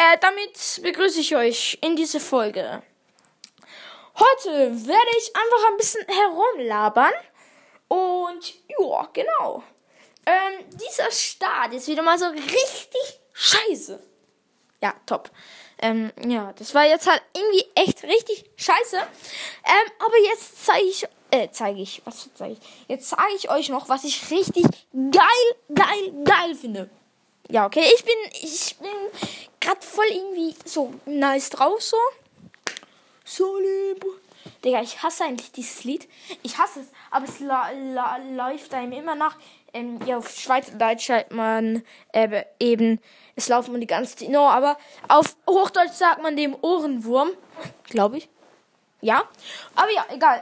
damit begrüße ich euch in diese Folge. Heute werde ich einfach ein bisschen herumlabern. Und ja, genau. Dieser Start ist wieder mal so richtig scheiße. Ja, top. Ja, das war jetzt halt irgendwie echt richtig scheiße. Aber jetzt Jetzt zeige ich euch noch, was ich richtig geil finde. Ja, okay, ich bin gerade voll irgendwie so nice drauf, so. So lieb. Digga, ich hasse eigentlich dieses Lied. Ich hasse es, aber es läuft einem immer nach. Ja, auf Schweizerdeutsch sagt man eben, es laufen man die ganze Zeit. No, aber auf Hochdeutsch sagt man dem Ohrenwurm, glaube ich. Ja, aber ja, egal.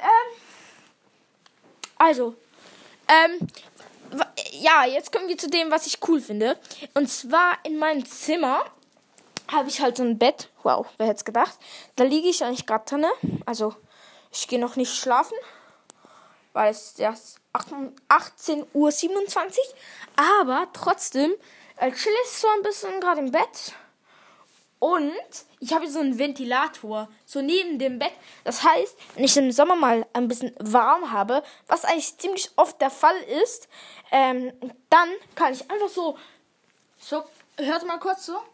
Ja, jetzt kommen wir zu dem, was ich cool finde. Und zwar in meinem Zimmer habe ich halt so ein Bett. Wow, wer hätte es gedacht? Da liege ich eigentlich gerade drin. Also, ich gehe noch nicht schlafen, weil es ist erst 18:27 Uhr. Aber trotzdem chill ich so ein bisschen gerade im Bett. Und ich habe so einen Ventilator, so neben dem Bett. Das heißt, wenn ich im Sommer mal ein bisschen warm habe, was eigentlich ziemlich oft der Fall ist, dann kann ich einfach so, hört mal kurz so.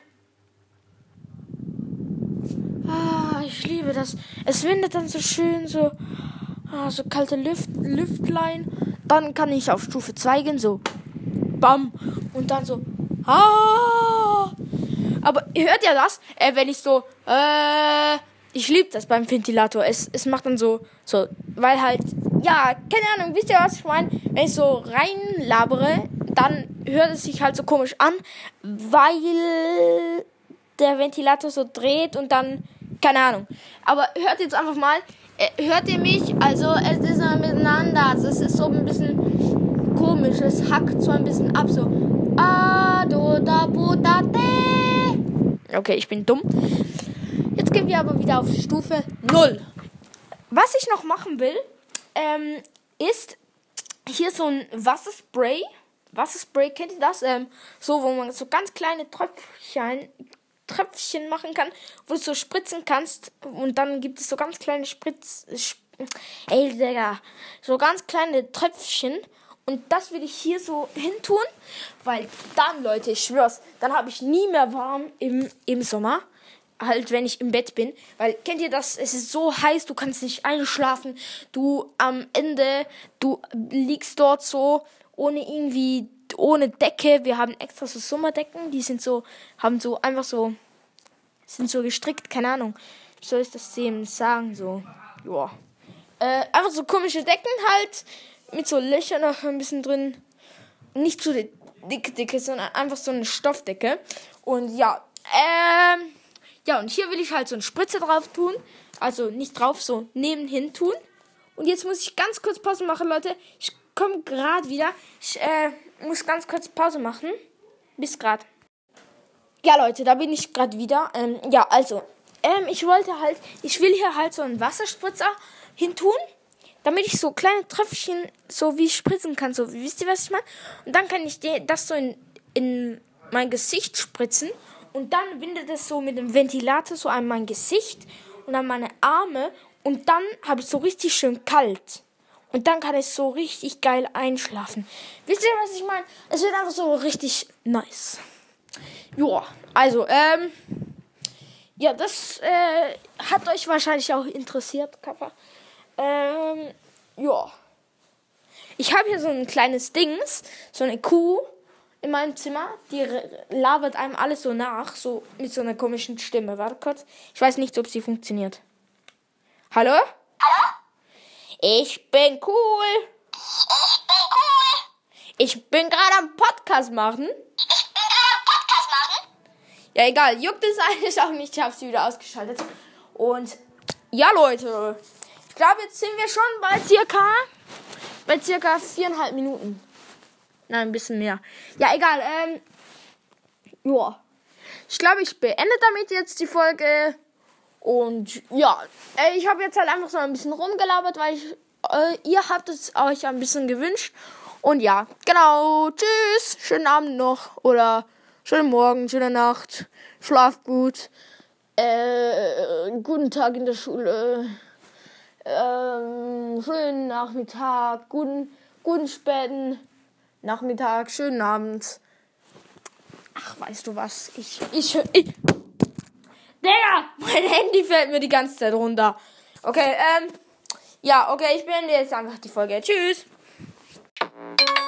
Ich liebe das. Es windet dann so schön, so kalte Lüftlein. Dann kann ich auf Stufe 2 gehen, so bam. Und dann so, Aber hört ihr das? Wenn ich so, ich liebe das beim Ventilator. Es macht dann so, weil halt, ja, keine Ahnung, wisst ihr, was ich meine? Wenn ich so reinlabere, dann hört es sich halt so komisch an, weil der Ventilator so dreht und dann, keine Ahnung. Aber hört jetzt einfach mal, hört ihr mich? Also, es ist ein bisschen anders. Es ist so ein bisschen komisch. Es hackt so ein bisschen ab, so. Okay, ich bin dumm. Jetzt gehen wir aber wieder auf Stufe 0. Was ich noch machen will, ist hier so ein Wasserspray. Wasserspray, kennt ihr das? So, wo man so ganz kleine Tröpfchen machen kann, wo du so spritzen kannst. Und dann gibt es so ganz kleine so ganz kleine Tröpfchen. Und das will ich hier so hintun, weil dann, Leute, ich schwör's, dann habe ich nie mehr warm im Sommer, halt wenn ich im Bett bin. Weil, kennt ihr das, es ist so heiß, du kannst nicht einschlafen, du am Ende, du liegst dort so, ohne Decke. Wir haben extra so Sommerdecken, die sind so gestrickt, keine Ahnung, wie soll ich das sagen, so, ja. Einfach so komische Decken halt, mit so Löchern noch ein bisschen drin. Nicht so eine dicke, sondern einfach so eine Stoffdecke. Und ja, und hier will ich halt so eine Spritze drauf tun. Also nicht drauf, so nebenhin tun. Und jetzt muss ich ganz kurz Pause machen, Leute. Ich komme gerade wieder. Ich muss ganz kurz Pause machen. Bis gerade. Ja, Leute, da bin ich gerade wieder. Ich will hier halt so einen Wasserspritzer hintun, damit ich so kleine Tröpfchen so wie spritzen kann. So, wisst ihr, was ich meine? Und dann kann ich das so in mein Gesicht spritzen. Und dann windet es so mit dem Ventilator so an mein Gesicht und an meine Arme. Und dann habe ich so richtig schön kalt. Und dann kann ich so richtig geil einschlafen. Wisst ihr, was ich meine? Es wird einfach so richtig nice. Ja, also, das hat euch wahrscheinlich auch interessiert, Kappa. Ja. Ich habe hier so ein kleines Dings, so eine Kuh in meinem Zimmer, die labert einem alles so nach, so mit so einer komischen Stimme. Warte kurz. Ich weiß nicht, ob sie funktioniert. Hallo? Hallo? Ich bin cool. Ich bin gerade am Podcast machen. Ja, egal. Juckt es eigentlich auch nicht. Ich habe sie wieder ausgeschaltet. Und ja, Leute. Ich glaube, jetzt sind wir schon bei circa 4,5 Minuten. Nein, ein bisschen mehr. Ja, egal. Ja. Ich glaube, ich beende damit jetzt die Folge. Und ja, ich habe jetzt halt einfach so ein bisschen rumgelabert, weil ihr habt es euch ein bisschen gewünscht. Und ja, genau. Tschüss. Schönen Abend noch. Oder schönen Morgen, schöne Nacht, schlaf gut, guten Tag in der Schule, schönen Nachmittag, guten späten Nachmittag, schönen Abend. Ach, weißt du was? Digga, mein Handy fällt mir die ganze Zeit runter. Okay, ja, okay, ich beende jetzt einfach die Folge. Tschüss.